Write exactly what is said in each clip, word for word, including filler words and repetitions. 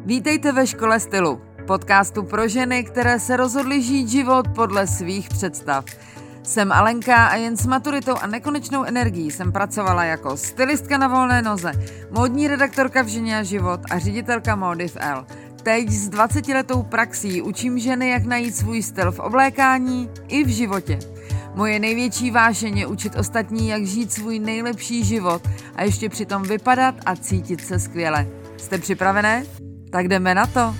Vítejte ve Škole stylu, podcastu pro ženy, které se rozhodly žít život podle svých představ. Jsem Alenka a jen s maturitou a nekonečnou energií jsem pracovala jako stylistka na volné noze, módní redaktorka v Ženě a život a ředitelka módy v Elle. Teď s dvacetiletou praxí učím ženy, jak najít svůj styl v oblékání i v životě. Moje největší vášeň je učit ostatní, jak žít svůj nejlepší život a ještě přitom vypadat a cítit se skvěle. Jste připravené? Tak jdeme na to.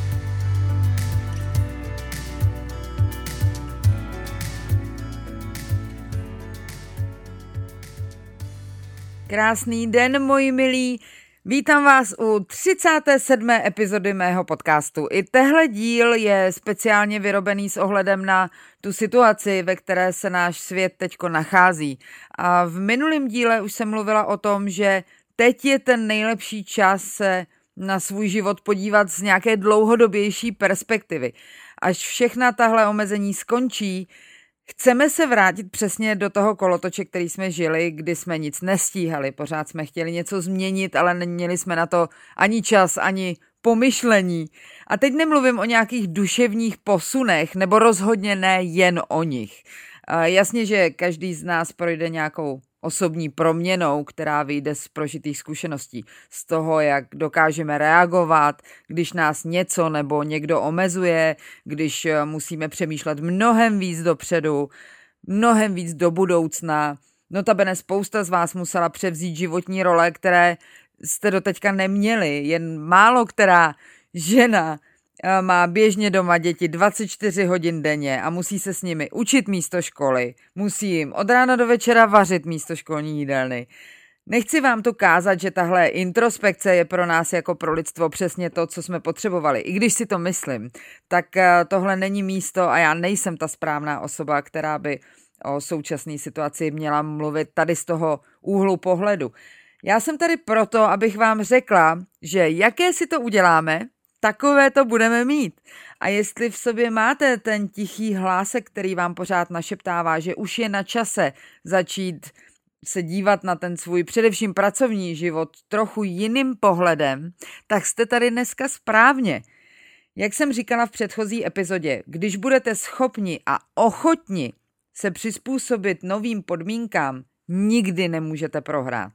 Krásný den, moji milí. Vítám vás u třicáté sedmé epizody mého podcastu. I tehle díl je speciálně vyrobený s ohledem na tu situaci, ve které se náš svět teďko nachází. A v minulém díle už jsem mluvila o tom, že teď je ten nejlepší čas se na svůj život podívat z nějaké dlouhodobější perspektivy. Až všechna tahle omezení skončí, chceme se vrátit přesně do toho kolotoče, který jsme žili, kdy jsme nic nestíhali. Pořád jsme chtěli něco změnit, ale neměli jsme na to ani čas, ani pomyšlení. A teď nemluvím o nějakých duševních posunech, nebo rozhodně ne jen o nich. Jasně, že každý z nás projde nějakou osobní proměnou, která vyjde z prožitých zkušeností. Z toho, jak dokážeme reagovat, když nás něco nebo někdo omezuje, když musíme přemýšlet mnohem víc dopředu, mnohem víc do budoucna. Notabene spousta z vás musela převzít životní role, které jste doteďka neměli. Jen málo která žena má běžně doma děti dvacet čtyři hodin denně a musí se s nimi učit místo školy. Musí jim od rána do večera vařit místo školní jídelny. Nechci vám tu kázat, že tahle introspekce je pro nás jako pro lidstvo přesně to, co jsme potřebovali. I když si to myslím, tak tohle není místo a já nejsem ta správná osoba, která by o současné situaci měla mluvit tady z toho úhlu pohledu. Já jsem tady proto, abych vám řekla, že jaké si to uděláme, takové to budeme mít. A jestli v sobě máte ten tichý hlásek, který vám pořád našeptává, že už je na čase začít se dívat na ten svůj především pracovní život trochu jiným pohledem, tak jste tady dneska správně. Jak jsem říkala v předchozí epizodě, když budete schopni a ochotni se přizpůsobit novým podmínkám, nikdy nemůžete prohrát.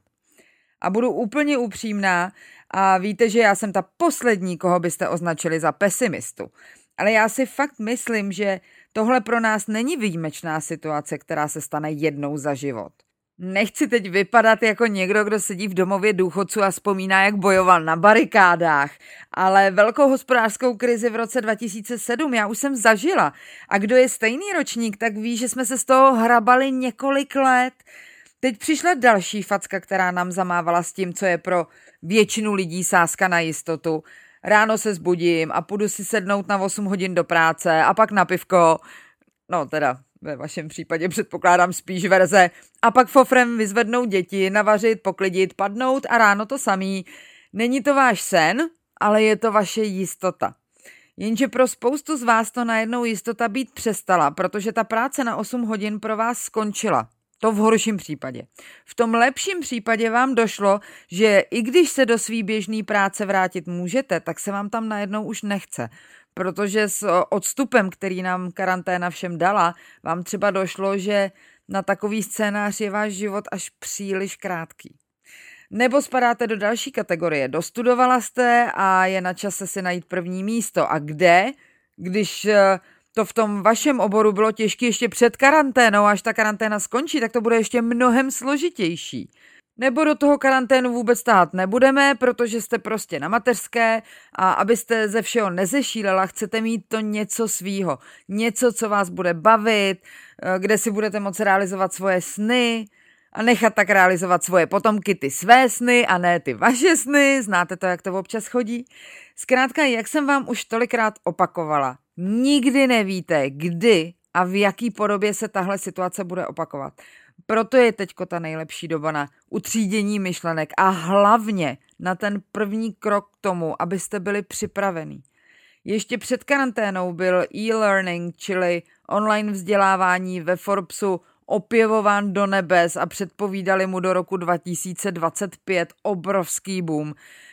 A budu úplně upřímná a víte, že já jsem ta poslední, koho byste označili za pesimistu. Ale já si fakt myslím, že tohle pro nás není výjimečná situace, která se stane jednou za život. Nechci teď vypadat jako někdo, kdo sedí v domově důchodců a vzpomíná, jak bojoval na barikádách, ale velkou hospodářskou krizi v roce dva tisíce sedm já už jsem zažila. A kdo je stejný ročník, tak ví, že jsme se z toho hrabali několik let. Teď přišla další facka, která nám zamávala s tím, co je pro většinu lidí sázka na jistotu. Ráno se zbudím a půjdu si sednout na osm hodin do práce a pak na pivko, no teda ve vašem případě předpokládám spíš verze, a pak fofrem vyzvednout děti, navařit, poklidit, padnout a ráno to samý. Není to váš sen, ale je to vaše jistota. Jenže pro spoustu z vás to najednou jistota být přestala, protože ta práce na osm hodin pro vás skončila. To v horším případě. V tom lepším případě vám došlo, že i když se do svý běžný práce vrátit můžete, tak se vám tam najednou už nechce. Protože s odstupem, který nám karanténa všem dala, vám třeba došlo, že na takový scénář je váš život až příliš krátký. Nebo spadáte do další kategorie. Dostudovala jste a je na čase si najít první místo. A kde? Když to v tom vašem oboru bylo těžké ještě před karanténou, až ta karanténa skončí, tak to bude ještě mnohem složitější. Nebo do toho karanténu vůbec tahat nebudeme, protože jste prostě na mateřské a abyste ze všeho nezešílela, chcete mít to něco svýho. Něco, co vás bude bavit, kde si budete moci realizovat svoje sny a nechat tak realizovat svoje potomky ty své sny a ne ty vaše sny. Znáte to, jak to občas chodí? Zkrátka, jak jsem vám už tolikrát opakovala, nikdy nevíte, kdy a v jaký podobě se tahle situace bude opakovat. Proto je teďko ta nejlepší doba na utřídění myšlenek a hlavně na ten první krok k tomu, abyste byli připravení. Ještě před karanténou byl e-learning, čili online vzdělávání ve Forbesu opěvován do nebes a předpovídali mu do roku dva tisíce dvacet pět obrovský boom.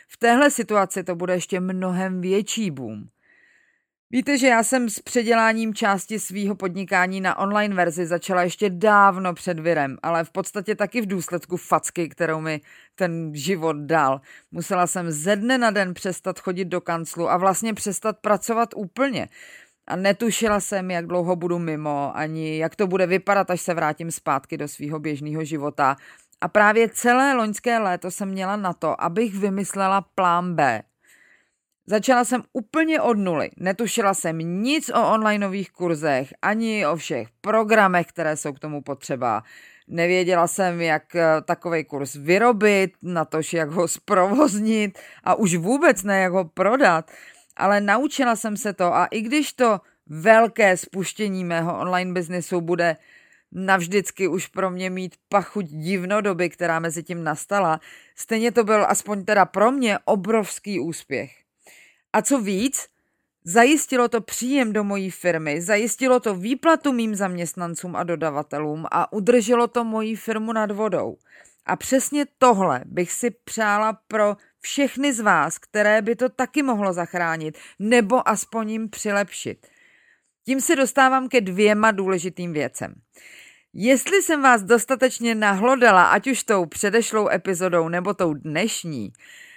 v téhle situaci to bude ještě mnohem větší boom. Víte, že já jsem s předěláním části svýho podnikání na online verzi začala ještě dávno před virem, ale v podstatě taky v důsledku facky, kterou mi ten život dal. Musela jsem ze dne na den přestat chodit do kanclu a vlastně přestat pracovat úplně. A netušila jsem, jak dlouho budu mimo, ani jak to bude vypadat, až se vrátím zpátky do svýho běžného života. A právě celé loňské léto jsem měla na to, abych vymyslela plán B. Začala jsem úplně od nuly. Netušila jsem nic o onlineových kurzech, ani o všech programech, které jsou k tomu potřeba. Nevěděla jsem, jak takovej kurz vyrobit, natož jak ho zprovoznit a už vůbec ne, jak ho prodat. Ale naučila jsem se to a i když to velké spuštění mého online biznesu bude navždycky už pro mě mít pachuť divnodoby, která mezi tím nastala, stejně to byl aspoň teda pro mě obrovský úspěch. A co víc, zajistilo to příjem do mojí firmy, zajistilo to výplatu mým zaměstnancům a dodavatelům a udrželo to moji firmu nad vodou. A přesně tohle bych si přála pro všechny z vás, které by to taky mohlo zachránit, nebo aspoň jim přilepšit. Tím se dostávám ke dvěma důležitým věcem. Jestli jsem vás dostatečně nahlodala, ať už tou předešlou epizodou nebo tou dnešní,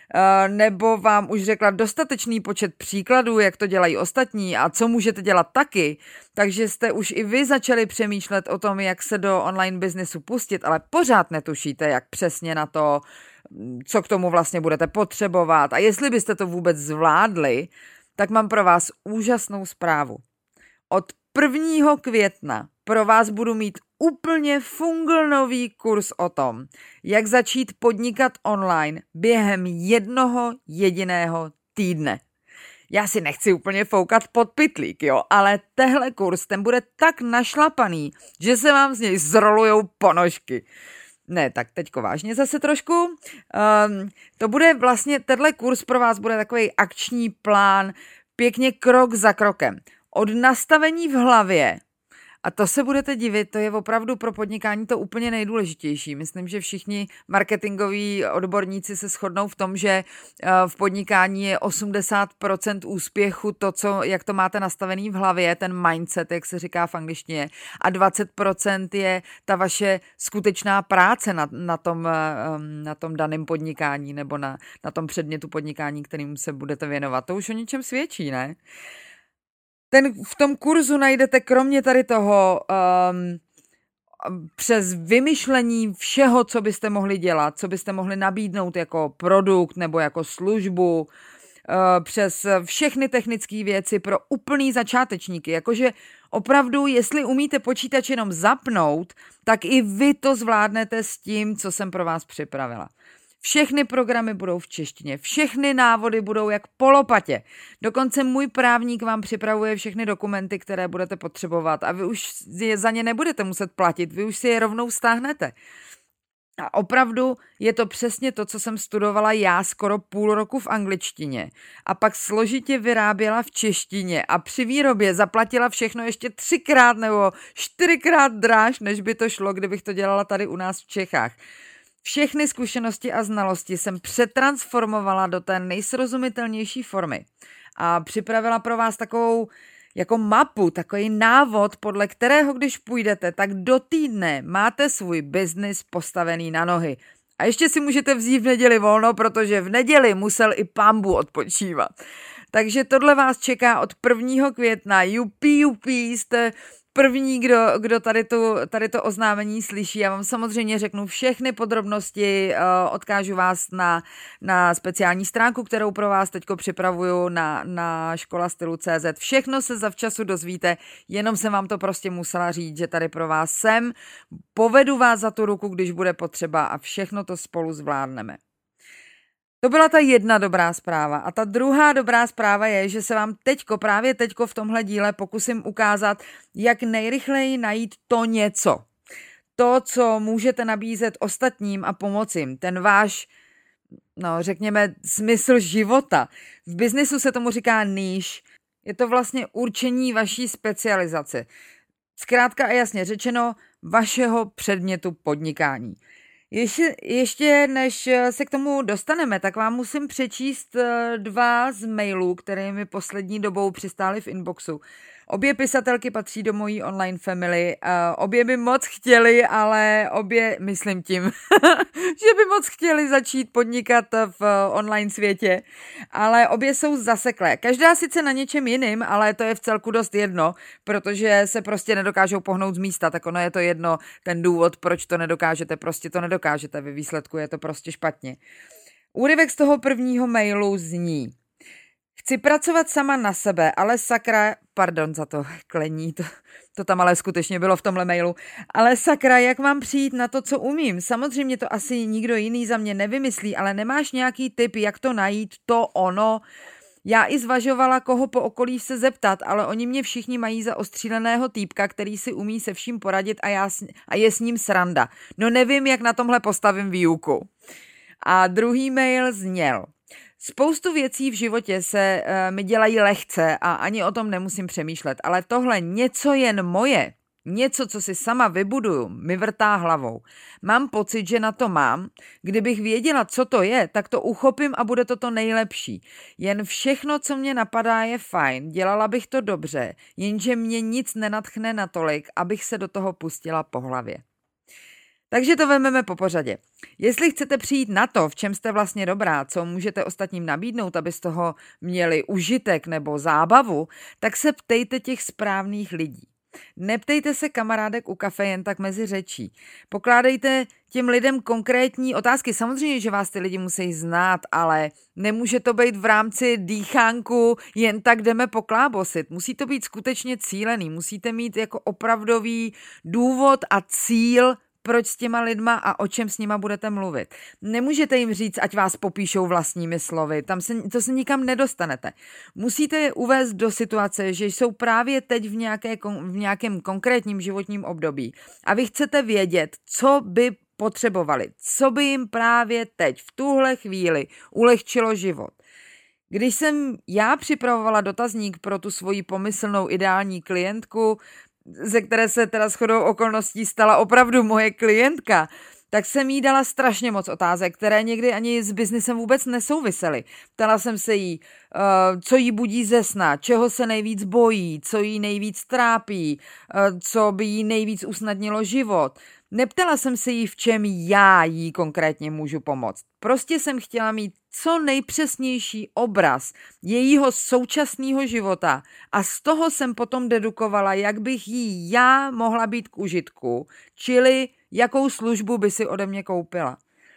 nebo vám už řekla dostatečný počet příkladů, jak to dělají ostatní a co můžete dělat taky, takže jste už i vy začali přemýšlet o tom, jak se do online biznesu pustit, ale pořád netušíte, jak přesně na to, co k tomu vlastně budete potřebovat a jestli byste to vůbec zvládli, tak mám pro vás úžasnou zprávu. Od prvního května pro vás budu mít úplně funglnový kurz o tom, jak začít podnikat online během jednoho jediného týdne. Já si nechci úplně foukat pod pytlík, jo, ale tehle kurz, ten bude tak našlapaný, že se vám z něj zrolujou ponožky. Ne, tak teďko vážně zase trošku. Um, to bude vlastně, tenhle kurz pro vás bude takový akční plán, pěkně krok za krokem. Od nastavení v hlavě, a to se budete divit, to je opravdu pro podnikání to úplně nejdůležitější. Myslím, že všichni marketingoví odborníci se shodnou v tom, že v podnikání je osmdesát procent úspěchu to, co, jak to máte nastavený v hlavě, ten mindset, jak se říká v angličtině, a dvacet procent je ta vaše skutečná práce na, na, tom, na tom daném podnikání nebo na, na tom předmětu podnikání, kterým se budete věnovat. To už o něčem svědčí, ne? Ten, v tom kurzu najdete kromě tady toho um, přes vymyšlení všeho, co byste mohli dělat, co byste mohli nabídnout jako produkt nebo jako službu, uh, přes všechny technické věci pro úplný začátečníky. Jakože opravdu, jestli umíte počítač jenom zapnout, tak i vy to zvládnete s tím, co jsem pro vás připravila. Všechny programy budou v češtině, všechny návody budou jak po lopatě. Dokonce můj právník vám připravuje všechny dokumenty, které budete potřebovat a vy už za ně nebudete muset platit, vy už si je rovnou stáhnete. A opravdu je to přesně to, co jsem studovala já skoro půl roku v angličtině a pak složitě vyráběla v češtině a při výrobě zaplatila všechno ještě třikrát nebo čtyřikrát dráž, než by to šlo, kdybych to dělala tady u nás v Čechách. Všechny zkušenosti a znalosti jsem přetransformovala do té nejsrozumitelnější formy a připravila pro vás takovou jako mapu, takový návod, podle kterého, když půjdete, tak do týdne máte svůj biznis postavený na nohy. A ještě si můžete vzít v neděli volno, protože v neděli musel i Pambu odpočívat. Takže tohle vás čeká od prvního května. Jupi, jupi, jste první, kdo, kdo tady, tu, tady to oznámení slyší. Já vám samozřejmě řeknu všechny podrobnosti, odkážu vás na, na speciální stránku, kterou pro vás teďko připravuju na, na škola stylu tečka cé zet. Všechno se zavčasu dozvíte, jenom jsem vám to prostě musela říct, že tady pro vás jsem. Povedu vás za tu ruku, když bude potřeba a všechno to spolu zvládneme. To byla ta jedna dobrá zpráva. A ta druhá dobrá zpráva je, že se vám teďko, právě teďko v tomhle díle pokusím ukázat, jak nejrychleji najít to něco. To, co můžete nabízet ostatním a pomoci jim. Ten váš, no řekněme, smysl života. V biznesu se tomu říká níž. Je to vlastně určení vaší specializace. Zkrátka a jasně řečeno, vašeho předmětu podnikání. Ještě, ještě než se k tomu dostaneme, tak vám musím přečíst dva z mailů, které mi poslední dobou přistály v inboxu. Obě pisatelky patří do mojí online family. Obě by moc chtěli, ale obě, myslím tím, že by moc chtěli začít podnikat v online světě, ale obě jsou zaseklé. Každá sice na něčem jiným, ale to je v celku dost jedno, protože se prostě nedokážou pohnout z místa, tak ono je to jedno, ten důvod, proč to nedokážete, prostě to nedokážete, ve výsledku je to prostě špatně. Úryvek z toho prvního mailu zní: chci pracovat sama na sebe, ale sakra, pardon za to klení, to, to tam ale skutečně bylo v tomhle mailu, ale sakra, jak mám přijít na to, co umím? Samozřejmě to asi nikdo jiný za mě nevymyslí, ale nemáš nějaký tip, jak to najít, to ono? Já i zvažovala, koho po okolí se zeptat, ale oni mě všichni mají za ostříleného týpka, který si umí se vším poradit a, já, a je s ním sranda. No nevím, jak na tomhle postavím výuku. A druhý mail zněl: spoustu věcí v životě se uh, mi dělají lehce a ani o tom nemusím přemýšlet, ale tohle něco jen moje, něco, co si sama vybuduju, mi vrtá hlavou. Mám pocit, že na to mám. Kdybych věděla, co to je, tak to uchopím a bude to to nejlepší. Jen všechno, co mě napadá, je fajn, dělala bych to dobře, jenže mě nic nenadchne natolik, abych se do toho pustila po hlavě. Takže to vezmeme po pořadě. Jestli chcete přijít na to, v čem jste vlastně dobrá, co můžete ostatním nabídnout, aby z toho měli užitek nebo zábavu, tak se ptejte těch správných lidí. Neptejte se kamarádek u kafe jen tak mezi řečí. Pokládejte těm lidem konkrétní otázky. Samozřejmě, že vás ty lidi musí znát, ale nemůže to být v rámci dýchánku jen tak jdeme poklábosit. Musí to být skutečně cílený. Musíte mít jako opravdový důvod a cíl, proč s těma lidma a o čem s nima budete mluvit. Nemůžete jim říct, ať vás popíšou vlastními slovy, tam se, to se nikam nedostanete. Musíte je uvést do situace, že jsou právě teď v, nějaké, v nějakém konkrétním životním období a vy chcete vědět, co by potřebovali, co by jim právě teď, v tuhle chvíli ulehčilo život. Když jsem já připravovala dotazník pro tu svoji pomyslnou ideální klientku, ze které se teda shodou okolností stala opravdu moje klientka, tak jsem jí dala strašně moc otázek, které někdy ani s biznisem vůbec nesouvisely. Ptala jsem se jí, uh, co jí budí ze sna, čeho se nejvíc bojí, co jí nejvíc trápí, uh, co by jí nejvíc usnadnilo život. Neptala jsem se jí, v čem já jí konkrétně můžu pomoct. Prostě jsem chtěla mít co nejpřesnější obraz jejího současného života a z toho jsem potom dedukovala, jak bych jí já mohla být k užitku, čili jakou službu by si ode mě koupila.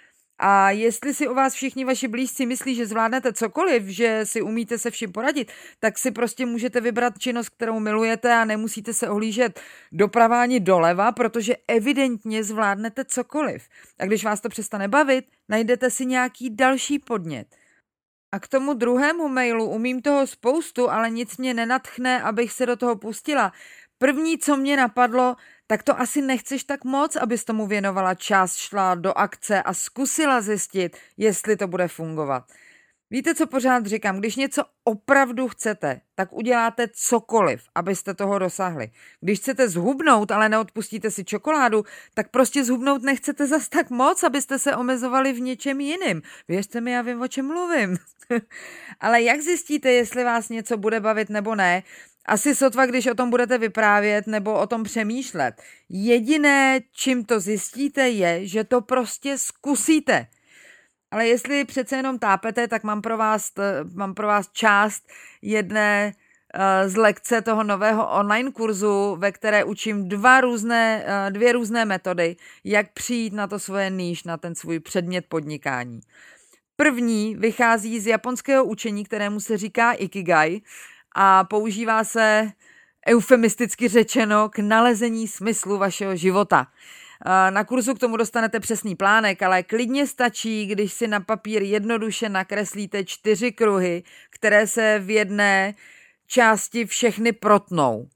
A jestli si o vás všichni vaši blízci myslí, že zvládnete cokoliv, že si umíte se vším poradit, tak si prostě můžete vybrat činnost, kterou milujete a nemusíte se ohlížet doprava ani doleva, protože evidentně zvládnete cokoliv. A když vás to přestane bavit, najdete si nějaký další podnět. A k tomu druhému mailu umím toho spoustu, ale nic mě nenadchne, abych se do toho pustila. První, co mě napadlo, tak to asi nechceš tak moc, abys tomu věnovala čas, šla do akce a zkusila zjistit, jestli to bude fungovat. Víte, co pořád říkám? Když něco opravdu chcete, tak uděláte cokoliv, abyste toho dosáhli. Když chcete zhubnout, ale neodpustíte si čokoládu, tak prostě zhubnout nechcete zas tak moc, abyste se omezovali v něčem jiným. Věřte mi, já vím, o čem mluvím. Ale jak zjistíte, jestli vás něco bude bavit nebo ne? Asi sotva, když o tom budete vyprávět nebo o tom přemýšlet. Jediné, čím to zjistíte, je, že to prostě zkusíte. Ale jestli přece jenom tápete, tak mám pro vás, mám pro vás část jedné z lekce toho nového online kurzu, ve které učím dva různé, dvě různé metody, jak přijít na to svoje níž, na ten svůj předmět podnikání. První vychází z japonského učení, kterému se říká Ikigai a používá se eufemisticky řečeno k nalezení smyslu vašeho života. Na kurzu k tomu dostanete přesný plánek, ale klidně stačí, když si na papír jednoduše nakreslíte čtyři kruhy, které se v jedné části všechny protnou.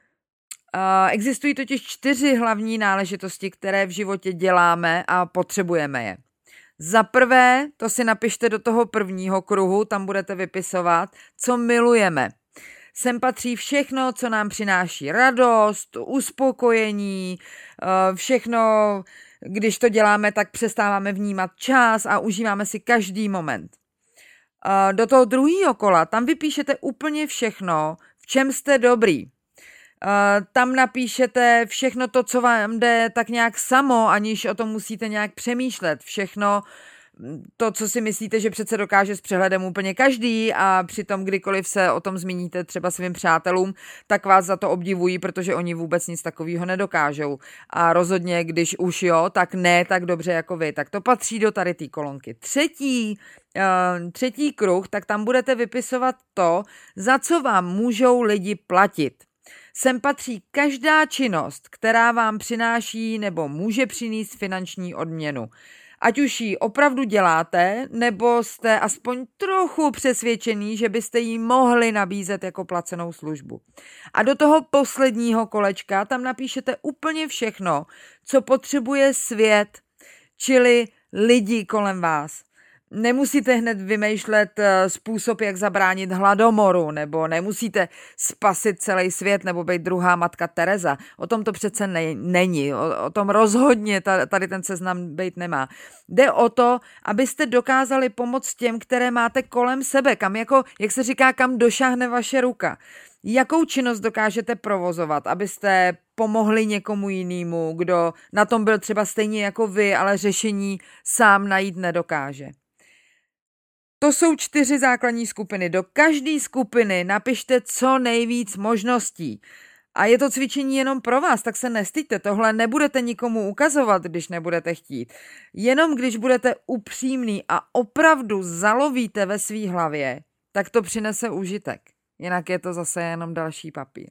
Existují totiž čtyři hlavní náležitosti, které v životě děláme a potřebujeme je. Za prvé, to si napište do toho prvního kruhu, tam budete vypisovat, co milujeme. Sem patří všechno, co nám přináší radost, uspokojení, všechno, Když to děláme, tak přestáváme vnímat čas a užíváme si každý moment. Do toho druhého kola, tam vypíšete úplně všechno, v čem jste dobrý. Tam napíšete všechno to, co vám jde tak nějak samo, aniž o tom musíte nějak přemýšlet. Všechno to, co si myslíte, že přece dokáže s přehledem úplně každý a přitom kdykoliv se o tom zmíníte třeba svým přátelům, tak vás za to obdivují, protože oni vůbec nic takového nedokážou. A rozhodně, když už jo, tak ne tak dobře jako vy. Tak to patří do tady té kolonky. Třetí, uh, třetí kruh, tak tam budete vypisovat to, za co vám můžou lidi platit. Sem patří každá činnost, která vám přináší nebo může přinést finanční odměnu. Ať už ji opravdu děláte, nebo jste aspoň trochu přesvědčený, že byste ji mohli nabízet jako placenou službu. A do toho posledního kolečka tam napíšete úplně všechno, co potřebuje svět, čili lidi kolem vás. Nemusíte hned vymýšlet způsob, jak zabránit hladomoru, nebo nemusíte spasit celý svět, nebo být druhá matka Tereza. O tom to přece ne, není. O, o tom rozhodně tady ten seznam být nemá. Jde o to, abyste dokázali pomoct těm, které máte kolem sebe, kam jako, jak se říká, kam došáhne vaše ruka. Jakou činnost dokážete provozovat, abyste pomohli někomu jinému, kdo na tom byl třeba stejně jako vy, ale řešení sám najít nedokáže. To jsou čtyři základní skupiny. Do každé skupiny napište co nejvíc možností. A je to cvičení jenom pro vás, tak se nestyďte. Tohle nebudete nikomu ukazovat, když nebudete chtít. Jenom když budete upřímný a opravdu zalovíte ve svý hlavě, tak to přinese užitek. Jinak je to zase jenom další papír.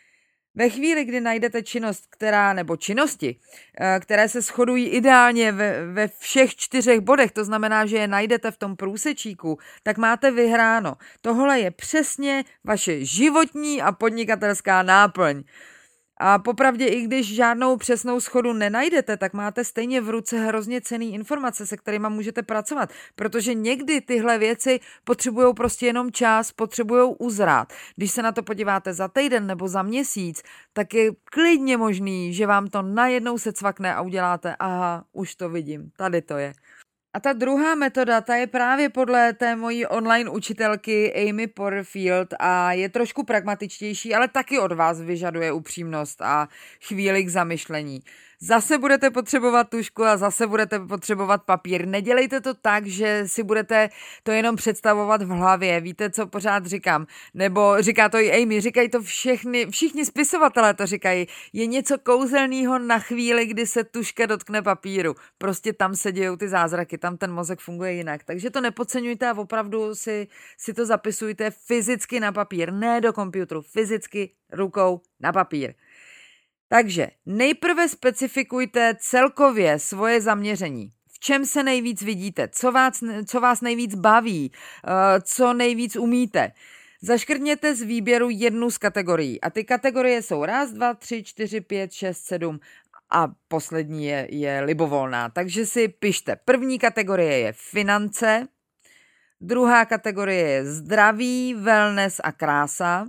Ve chvíli, kdy najdete činnost, která, nebo činnosti, které se shodují ideálně ve, ve všech čtyřech bodech, to znamená, že je najdete v tom průsečíku, tak máte vyhráno. Tohle je přesně vaše životní a podnikatelská náplň. A popravdě, i když žádnou přesnou schodu nenajdete, tak máte stejně v ruce hrozně cenný informace, se kterými můžete pracovat, protože někdy tyhle věci potřebují prostě jenom čas, potřebují uzrát. Když se na to podíváte za týden nebo za měsíc, tak je klidně možný, že vám to najednou se cvakne a uděláte, aha, už to vidím, tady to je. A ta druhá metoda, ta je právě podle té mojí online učitelky Amy Porterfield a je trošku pragmatičtější, ale taky od vás vyžaduje upřímnost a chvíli k zamyšlení. Zase budete potřebovat tužku a zase budete potřebovat papír. Nedělejte to tak, že si budete to jenom představovat v hlavě. Víte, co pořád říkám? Nebo říká to i Amy, říkají to všechny, všichni spisovatelé to říkají. Je něco kouzelného na chvíli, kdy se tužka dotkne papíru. Prostě tam se dějou ty zázraky, tam ten mozek funguje jinak. Takže to nepodceňujte a opravdu si, si to zapisujte fyzicky na papír, ne do počítače, fyzicky rukou na papír. Takže nejprve specifikujte celkově svoje zaměření. V čem se nejvíc vidíte, co vás, co vás nejvíc baví, co nejvíc umíte. Zaškrtněte z výběru jednu z kategorií a ty kategorie jsou raz, dva, tři, čtyři, pět, šest, sedm a poslední je, je libovolná. Takže si pište. První kategorie je finance, druhá kategorie je zdraví, wellness a krása,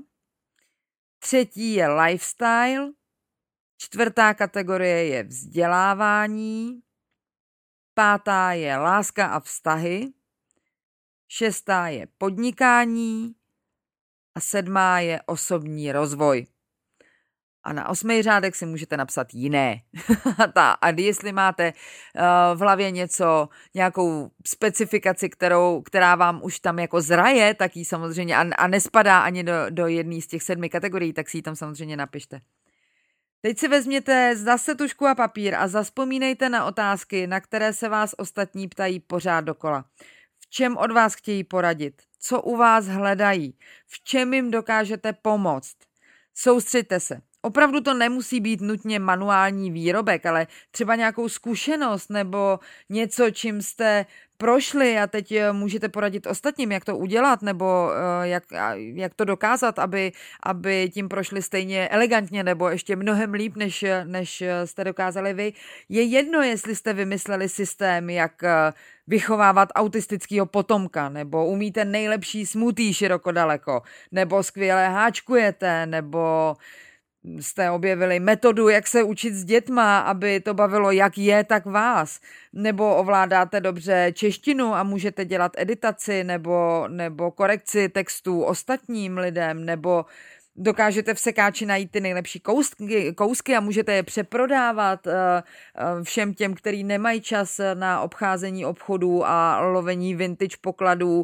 třetí je lifestyle, čtvrtá kategorie je vzdělávání, pátá je láska a vztahy, šestá je podnikání a sedmá je osobní rozvoj. A na osmý řádek si můžete napsat jiné. A jestli máte uh, v hlavě něco, nějakou specifikaci, kterou, která vám už tam jako zraje, tak ji samozřejmě a, a nespadá ani do, do jedné z těch sedmi kategorií, tak si ji tam samozřejmě napište. Teď si vezměte zase tužku a papír a zazpomínejte na otázky, na které se vás ostatní ptají pořád dokola. V čem od vás chtějí poradit? Co u vás hledají? V čem jim dokážete pomoct? Soustřeďte se. Opravdu to nemusí být nutně manuální výrobek, ale třeba nějakou zkušenost nebo něco, čím jste prošli a teď můžete poradit ostatním, jak to udělat nebo jak, jak to dokázat, aby, aby tím prošli stejně elegantně nebo ještě mnohem líp, než, než jste dokázali vy. Je jedno, jestli jste vymysleli systém, jak vychovávat autistického potomka, nebo umíte nejlepší smoothie široko daleko, nebo skvěle háčkujete, nebo jste objevili metodu, jak se učit s dětma, aby to bavilo jak je, tak vás. Nebo ovládáte dobře češtinu a můžete dělat editaci nebo, nebo korekci textů ostatním lidem, nebo dokážete v sekáči najít ty nejlepší kousky, kousky a můžete je přeprodávat všem těm, kteří nemají čas na obcházení obchodů a lovení vintage pokladů,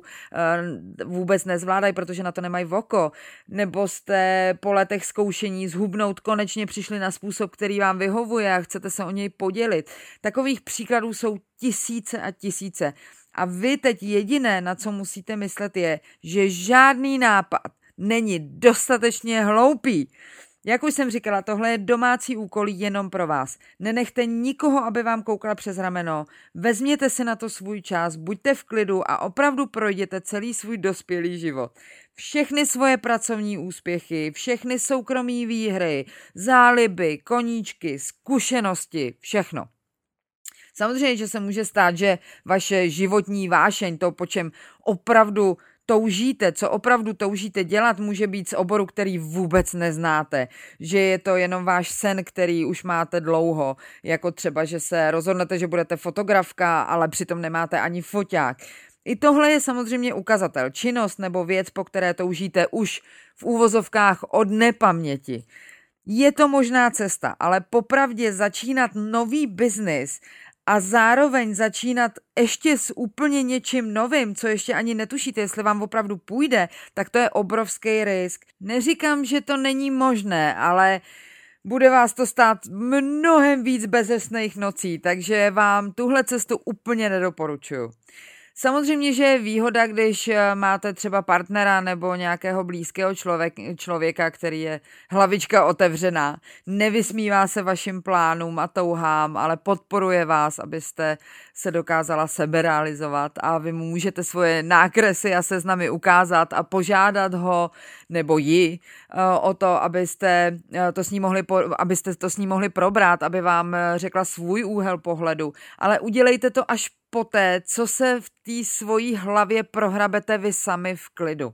vůbec nezvládají, protože na to nemají voko. Nebo jste po letech zkoušení zhubnout konečně přišli na způsob, který vám vyhovuje a chcete se o něj podělit. Takových příkladů jsou tisíce a tisíce. A vy teď jediné, na co musíte myslet, je, že žádný nápad není dostatečně hloupý. Jak už jsem říkala, tohle je domácí úkol jenom pro vás. Nenechte nikoho, aby vám koukal přes rameno. Vezměte si na to svůj čas, buďte v klidu a opravdu projděte celý svůj dospělý život. Všechny svoje pracovní úspěchy, všechny soukromí výhry, záliby, koníčky, zkušenosti, všechno. Samozřejmě, že se může stát, že vaše životní vášeň, to, po čem opravdu toužíte, co opravdu toužíte dělat, může být z oboru, který vůbec neznáte. Že je to jenom váš sen, který už máte dlouho. Jako třeba, že se rozhodnete, že budete fotografka, ale přitom nemáte ani foťák. I tohle je samozřejmě ukazatel, činnost nebo věc, po které toužíte už v úvozovkách od nepaměti. Je to možná cesta, ale popravdě začínat nový biznis a zároveň začínat ještě s úplně něčím novým, co ještě ani netušíte, jestli vám opravdu půjde, tak to je obrovský risk. Neříkám, že to není možné, ale bude vás to stát mnohem víc bezesných nocí, takže vám tuhle cestu úplně nedoporučuju. Samozřejmě, že je výhoda, když máte třeba partnera nebo nějakého blízkého člověk, člověka, který je hlavička otevřená, nevysmívá se vašim plánům a touhám, ale podporuje vás, abyste se dokázala seberealizovat a vy mu můžete svoje nákresy a seznamy ukázat a požádat ho nebo ji o to, abyste to s ní mohli, abyste to s ní mohli probrat, aby vám řekla svůj úhel pohledu, ale udělejte to až poté, co se v té svojí hlavě prohrabete vy sami v klidu.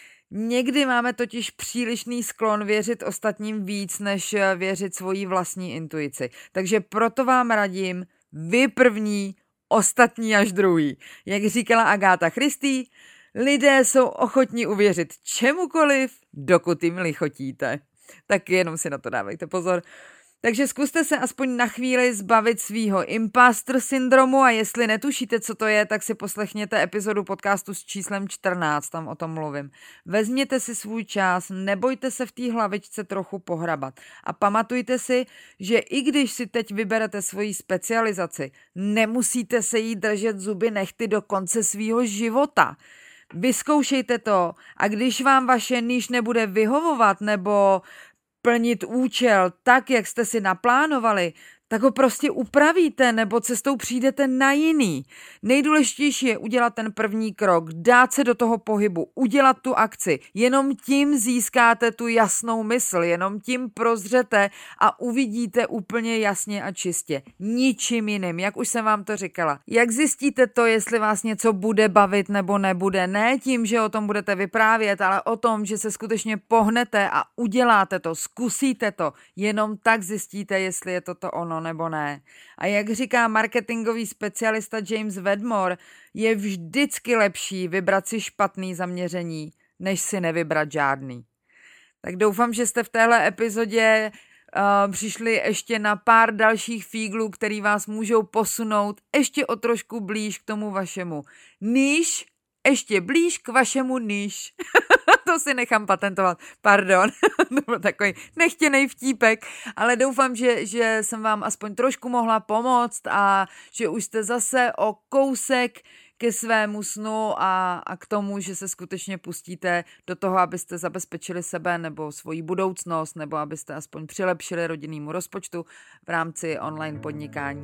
Někdy máme totiž přílišný sklon věřit ostatním víc, než věřit svojí vlastní intuici. Takže proto vám radím, vy první, ostatní až druhý. Jak říkala Agáta Christie, lidé jsou ochotní uvěřit čemukoliv, dokud jim lichotíte. Tak jenom si na to dávejte pozor. Takže zkuste se aspoň na chvíli zbavit svýho imposter syndromu a jestli netušíte, co to je, tak si poslechněte epizodu podcastu s číslem čtrnáct, tam o tom mluvím. Vezměte si svůj čas, nebojte se v té hlavičce trochu pohrabat a pamatujte si, že i když si teď vyberete svoji specializaci, nemusíte se jí držet zuby nehty do konce svýho života. Vyzkoušejte to a když vám vaše níž nebude vyhovovat nebo plnit účel tak, jak jste si naplánovali, tak ho prostě upravíte nebo cestou přijdete na jiný. Nejdůležitější je udělat ten první krok, dát se do toho pohybu, udělat tu akci. Jenom tím získáte tu jasnou mysl, jenom tím prozřete a uvidíte úplně jasně a čistě. Ničím jiným, jak už jsem vám to říkala. Jak zjistíte to, jestli vás něco bude bavit nebo nebude? Ne tím, že o tom budete vyprávět, ale o tom, že se skutečně pohnete a uděláte to, zkusíte to. Jenom tak zjistíte, jestli je to to ono nebo ne. A jak říká marketingový specialista James Wedmore, je vždycky lepší vybrat si špatný zaměření, než si nevybrat žádný. Tak doufám, že jste v téhle epizodě uh, přišli ještě na pár dalších fíglů, který vás můžou posunout ještě o trošku blíž k tomu vašemu níž, ještě blíž k vašemu níž. To si nechám patentovat, pardon, to byl takový nechtěnej vtípek, ale doufám, že, že jsem vám aspoň trošku mohla pomoct a že už jste zase o kousek ke svému snu a, a k tomu, že se skutečně pustíte do toho, abyste zabezpečili sebe nebo svoji budoucnost, nebo abyste aspoň přilepšili rodinnému rozpočtu v rámci online podnikání.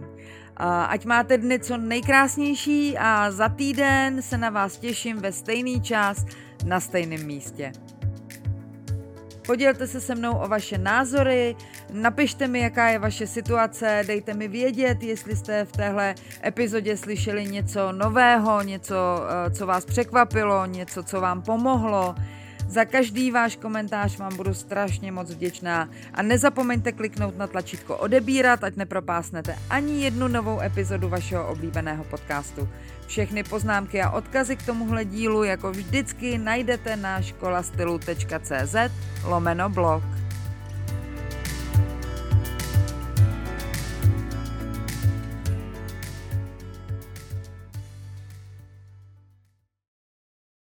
Ať máte dny co nejkrásnější a za týden se na vás těším ve stejný čas na stejném místě. Podělte se se mnou o vaše názory, napište mi, jaká je vaše situace, dejte mi vědět, jestli jste v téhle epizodě slyšeli něco nového, něco, co vás překvapilo, něco, co vám pomohlo. Za každý váš komentář vám budu strašně moc vděčná a nezapomeňte kliknout na tlačítko odebírat, ať nepropásnete ani jednu novou epizodu vašeho oblíbeného podcastu. Všechny poznámky a odkazy k tomuhle dílu jako vždycky najdete na školastylu tečka cé zet lomeno blog.